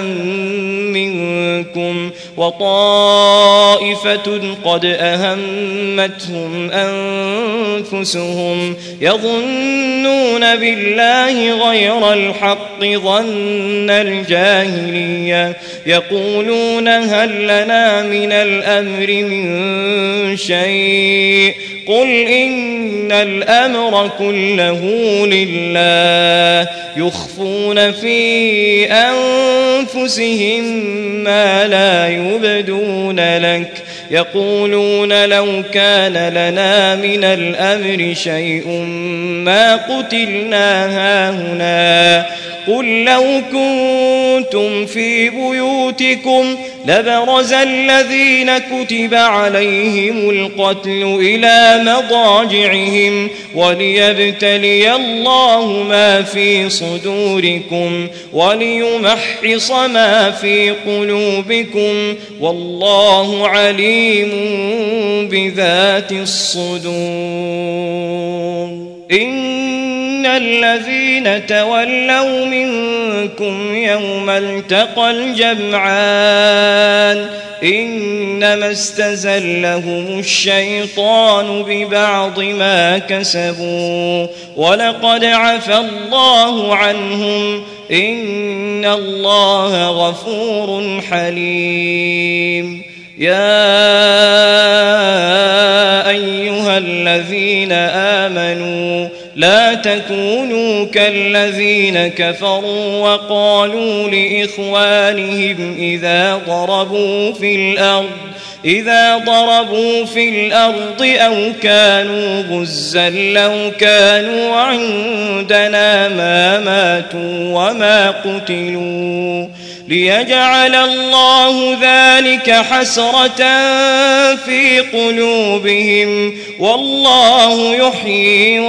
منكم وطائفة قد أهمتهم أنفسهم يظنون بالله غير الحق ظن الجاهلية يقولون هل لنا من الأمر من شيء قل إن الأمر كله لله يخفون في أنفسهم ما لا يبدون لك يقولون لو كان لنا من الأمر شيء ما قتلنا هاهنا قل لو كنتم في بيوتكم لبرز الذين كتب عليهم القتل إلى مضاجعهم وليبتلي الله ما في صدوركم وليمحص ما في قلوبكم والله عليم بذات الصدور إن الذين تولوا منكم يوم التقى الجمعان إنما استزلهم الشيطان ببعض ما كسبوا ولقد عفى الله عنهم إن الله غفور حليم يا أيها الذين آمنوا لا تكونوا كالذين كفروا وقالوا لإخوانهم إذا ضربوا في الأرض إذا ضربوا في الأرض أو كانوا غزا لو كانوا عندنا ما ماتوا وما قتلوا ليجعل الله ذلك حسرة في قلوبهم والله يحيي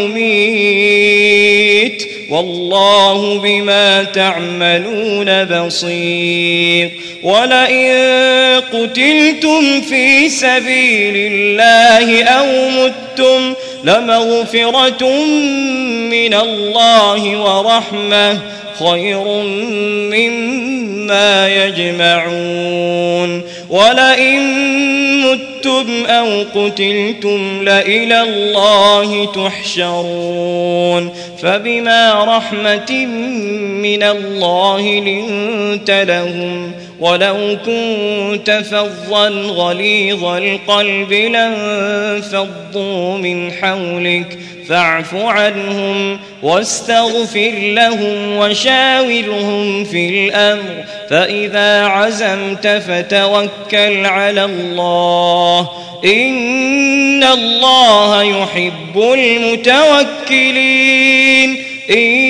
ويميت والله بما تعملون بصير ولئن قتلتم في سبيل الله أو متم لمغفرة من الله ورحمة خير مما يجمعون ولئن متم أو قتلتم لإلى الله تحشرون فبما رحمة من الله لنت لهم ولو كنت فظا غليظ القلب لانفضوا من حولك فاعف عنهم واستغفر لهم وشاورهم في الأمر فإذا عزمت فتوكل على الله إن الله يحب المتوكلين إن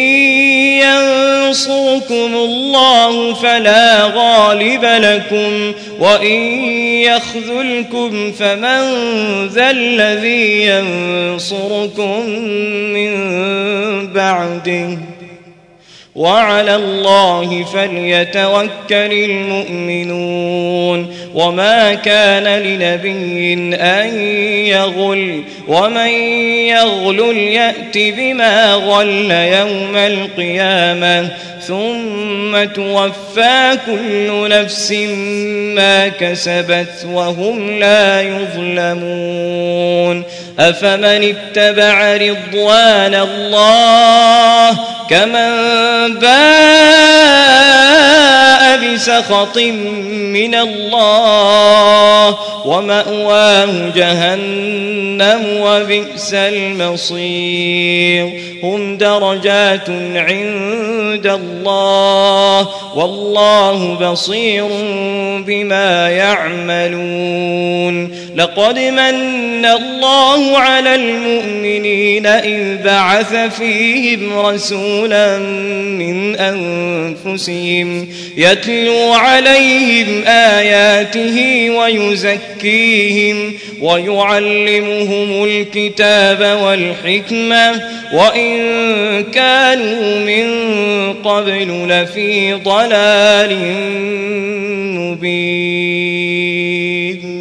ينصركم الله فلا غالب لكم وإن يخذلكم فمن ذا الذي ينصركم من بعده وعلى الله فليتوكل المؤمنون وما كان لنبي أن يغل ومن يغل يأت بما غل يوم القيامة ثم توفى كل نفس ما كسبت وهم لا يظلمون أفمن اتبع رضوان الله كمن باء بسخط من الله ومأواه جهنم وبئس المصير هم درجات عند الله والله بصير بما يعملون لقد من الله على المؤمنين إذ بعث فيهم رسولا من أنفسهم يتلو عليهم آياته ويزكيهم ويعلمهم الكتاب والحكمة وإن كانوا من قبل لفي ضلال مبين.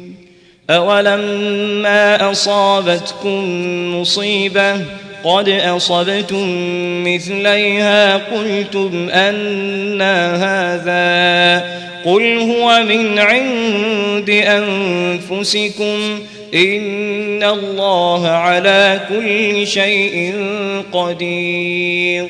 أولما أصابتكم مصيبة قد أصبتم مثليها قلتم أنى هذا قل هو من عند أنفسكم إن الله على كل شيء قدير.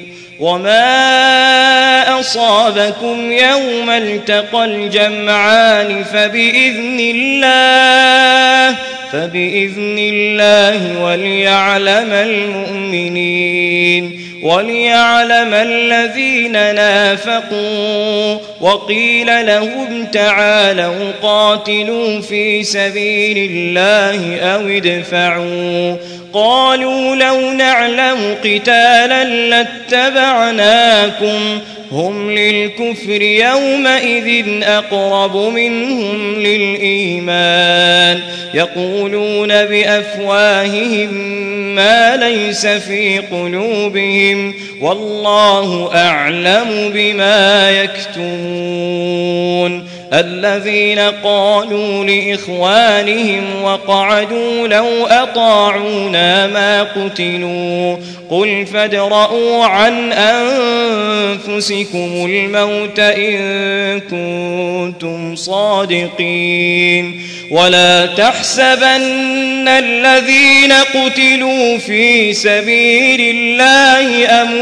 وما أصابكم يوم التقى الجمعان فبإذن الله فبإذن الله وليعلم المؤمنين وليعلم الذين نافقوا. وقيل لهم تعالوا قاتلوا في سبيل الله أو ادفعوا قالوا لو نعلم قتالا لاتبعناكم هم للكفر يومئذ أقرب منهم للإيمان يقولون بأفواههم ما ليس في قلوبهم والله أعلم بما يكتمون. الذين قالوا لإخوانهم وقعدوا لو أطاعونا ما قتلوا قل فادرءوا عن أنفسكم الموت إن كنتم صادقين. ولا تحسبن الذين قتلوا في سبيل الله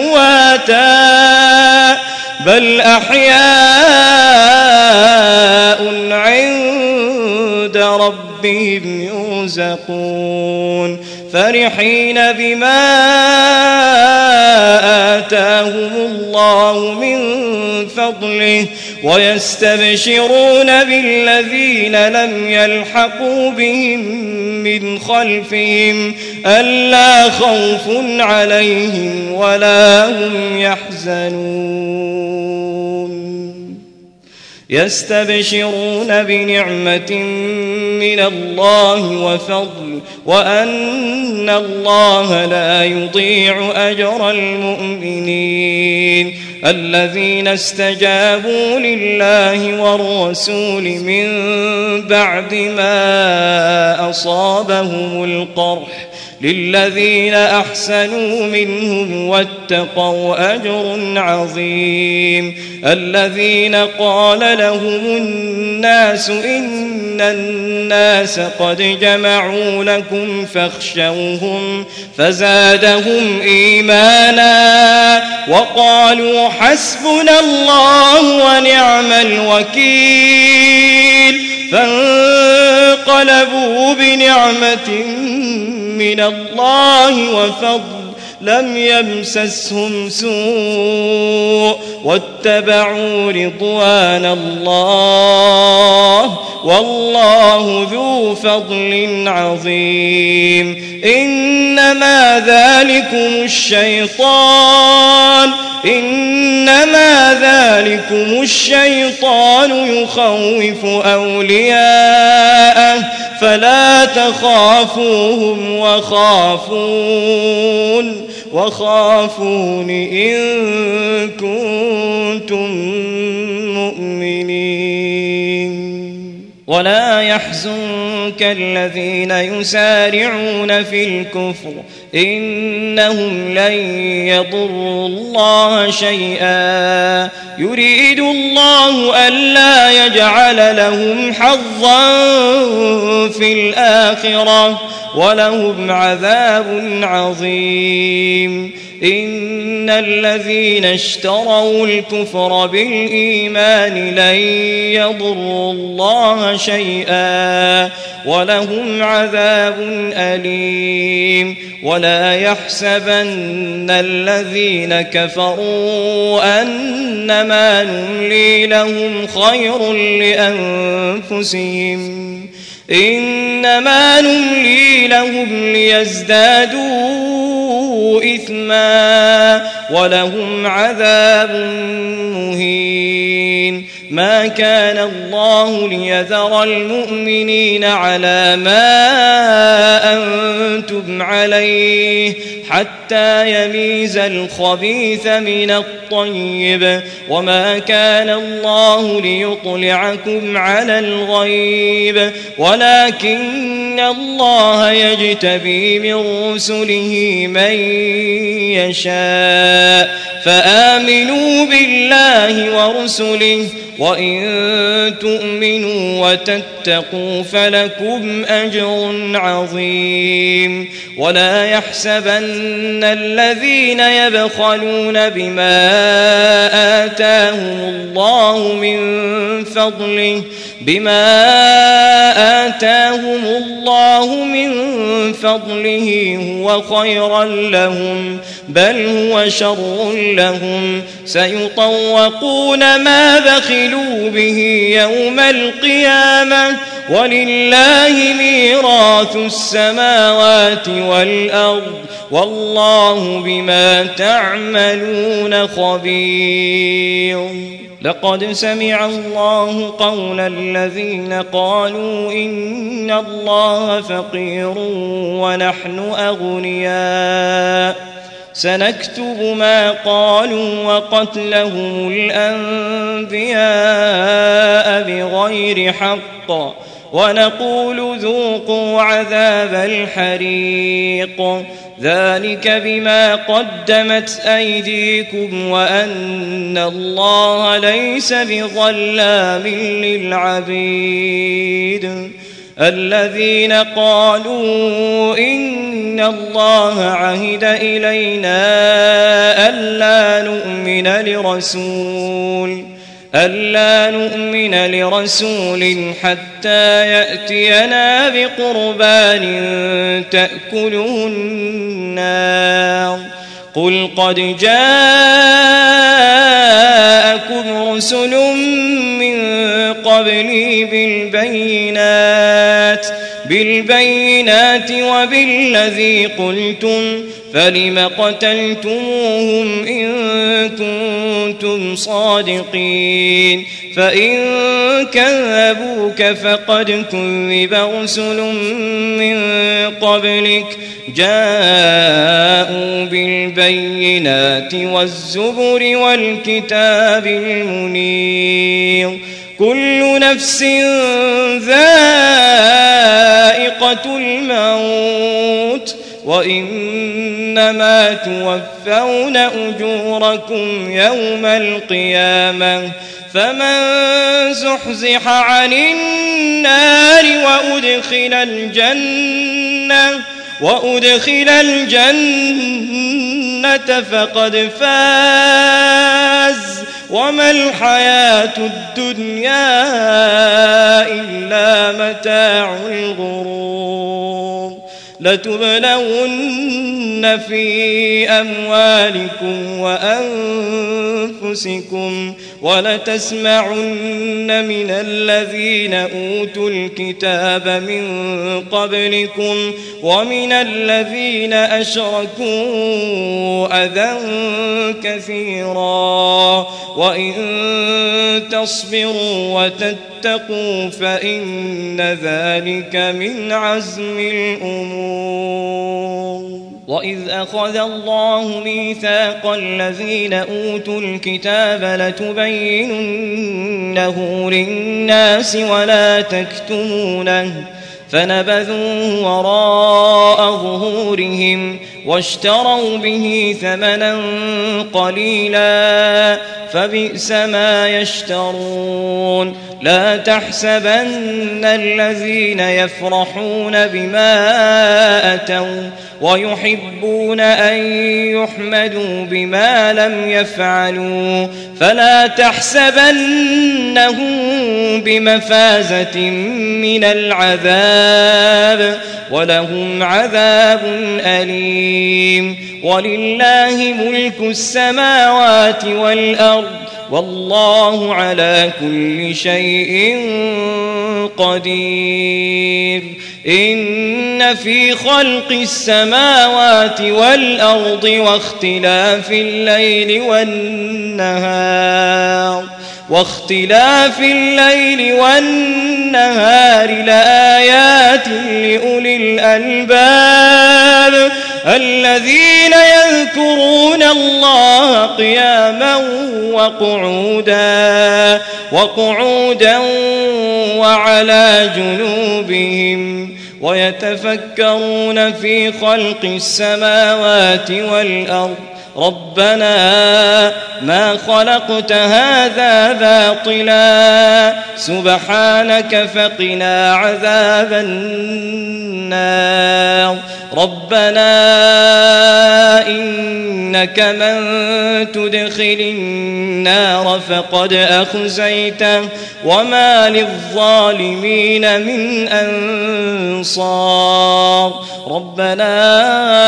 أمواتا بل أحياء عند ربهم يرزقون فرحين بما آتاهم الله من فضله ويستبشرون بالذين لم يلحقوا بهم من خلفهم ألا خوف عليهم ولا هم يحزنون. يستبشرون بنعمة من الله وفضل وأن الله لا يضيع أجر المؤمنين. الذين استجابوا لله والرسول من بعد ما أصابهم القرح للذين أحسنوا منهم واتقوا أجر عظيم. الذين قال لهم الناس إن الناس قد جمعوا لكم فاخشوهم فزادهم إيمانا وقالوا حسبنا الله ونعم الوكيل فانقلبوا بنعمة من الله وفضل لم يمسسهم سوء واتبعوا رضوان الله والله ذو فضل عظيم. إنما ذلكم الشيطان إنما ذلكم الشيطان يخوف أولياءه فلا تخافوهم وخافون وخافون إن كنتم مؤمنين. ولا يحزنك الذين يسارعون في الكفر إنهم لن يضروا الله شيئا يريد الله ألا يجعل لهم حظا في الآخرة ولهم عذاب عظيم. إن الذين اشتروا الكفر بالإيمان لن يضروا الله شيئا ولهم عذاب أليم. ولا يحسبن الذين كفروا أنما نملي لهم خير لأنفسهم إنما نملي لهم ليزدادوا إثما ولهم عذاب مهين ما كان الله ليذر المؤمنين على ما أنتم عليه حتى يميز الخبيث من الطيب وما كان الله ليطلعكم على الغيب ولكن الله يجتبي من رسله من يشاء فآمنوا بالله ورسله وإن تؤمنوا وتتقوا فلكم أجر عظيم ولا يحسبن الذين يبخلون بما آتاهم الله من فضله بما آتاهم الله من فضله هو خيرا لهم بل هو شر لهم سيطوقون ما بخلوا به يوم القيامة ولله ميراث السماوات والأرض والله بما تعملون خبير لقد سمع الله قول الذين قالوا إن الله فقير ونحن أغنياء سنكتب ما قالوا وقتلهم الأنبياء بغير حق ونقول ذوقوا عذاب الحريق ذلك بما قدمت أيديكم وأن الله ليس بظلام للعبيد الذين قالوا إن الله عهد إلينا ألا نؤمن لرسول ألا نؤمن لرسول حتى يأتينا بقربان تأكله النار قل قد جاءكم رسل من قبلي بالبينات بالبينات وبالذي قلتم فلم قتلتموهم إن كنتم صادقين فإن كذبوك فقد كذب رسل من قبلك جاءوا بالبينات والزبر والكتاب المنير كل نفس ذائقة الموت وإنما توفون أجوركم يوم القيامة فمن زحزح عن النار وأدخل الجنة وأدخل الجنة فقد فاز وما الحياة الدنيا إلا متاع الغرور لتبلون في أموالكم وأنفسكم ولتسمعن من الذين أوتوا الكتاب من قبلكم ومن الذين أشركوا أذى كثيرا وإن تصبروا وتتقوا فإن ذلك من عزم الأمور وإذ أخذ الله ميثاق الذين أوتوا الكتاب لتبيننه للناس ولا تكتمونه فنبذوه وراء ظهورهم واشتروا به ثمنا قليلا فبئس ما يشترون لا تحسبن الذين يفرحون بما أتوا ويحبون أن يحمدوا بما لم يفعلوا فلا تحسبنهم بمفازة من العذاب ولهم عذاب أليم. ولله ملك السماوات والأرض والله على كل شيء قدير. إن في خلق السماوات والأرض واختلاف الليل والنهار واختلاف الليل والنهار لآيات لأولي الألباب الذين يذكرون الله قياما وقعودا وقعودا وعلى جنوبهم ويتفكرون في خلق السماوات والأرض ربنا ما خلقت هذا باطلا سبحانك فقنا عذاب النار. ربنا إنك من تدخل النار فقد أخزيته وما للظالمين من أنصار. ربنا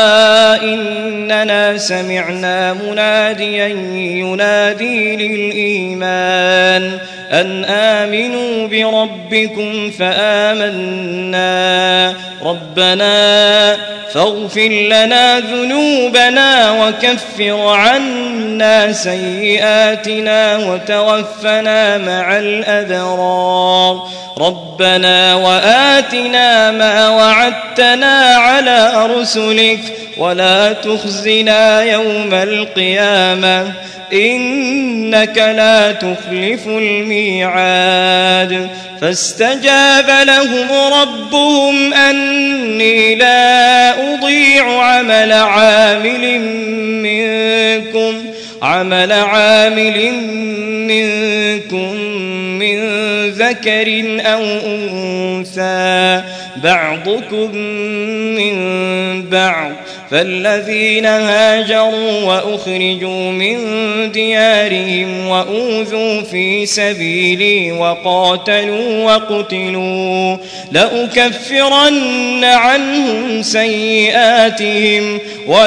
إننا سمعنا مناديا ينادي للإيمان أن آمنوا بربكم فآمنا ربنا فاغفر لنا ذنوبنا وكفر عنا سيئاتنا وتوفنا مع الأبرار. ربنا وآتنا ما وعدتنا على رسلك ولا تخزنا يوم القيامة إنك لا تخلف الميعاد. فاستجاب لهم ربهم أني لا أضيع عمل عامل منكم عمل عامل منكم من ذكر أو أنثى بعضكم من بعض فالذين هاجروا وأخرجوا من ديارهم وأوذوا في سبيلي وقاتلوا وقتلوا لأكفرن عنهم سيئاتهم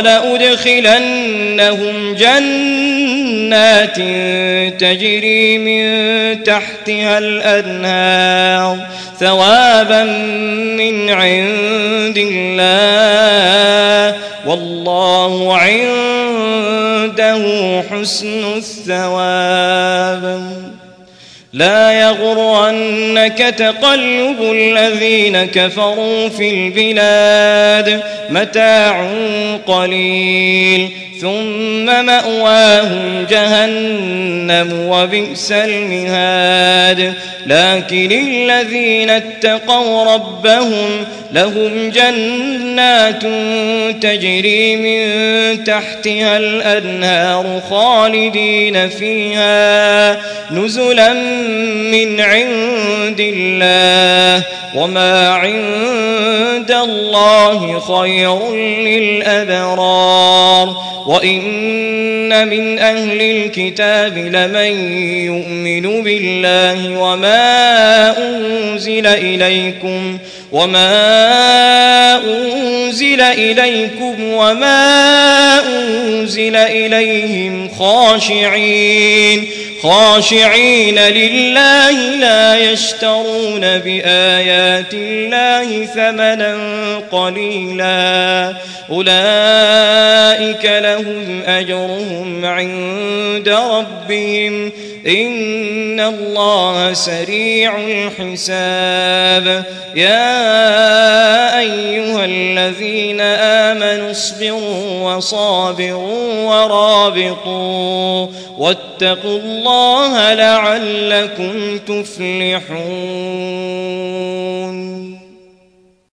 ولأدخلنهم جنات تجري من تحتها الأنهار ثوابا من عند الله والله عنده حسن الثواب. لا يغرنك تقلب الذين كفروا في البلاد متاع قليل ثم مأواهم جهنم وبئس المهاد. لكن الذين اتقوا ربهم لهم جنات تجري من تحتها الأنهار خالدين فيها نزلا من عند الله وما عند الله خير للأبرار. وإن من أهل الكتاب لمن يؤمن بالله وما أنزل إليكم وما أنزل إليكم وما أنزل إليهم خاشعين خاشعين لله لا يشترون بآيات الله ثمنا قليلا أولئك لهم أجرهم عند ربهم إن الله سريع الحساب. يا أيها الذين آمنوا اصبروا وصابروا ورابطوا واتقوا الله لعلكم تفلحون.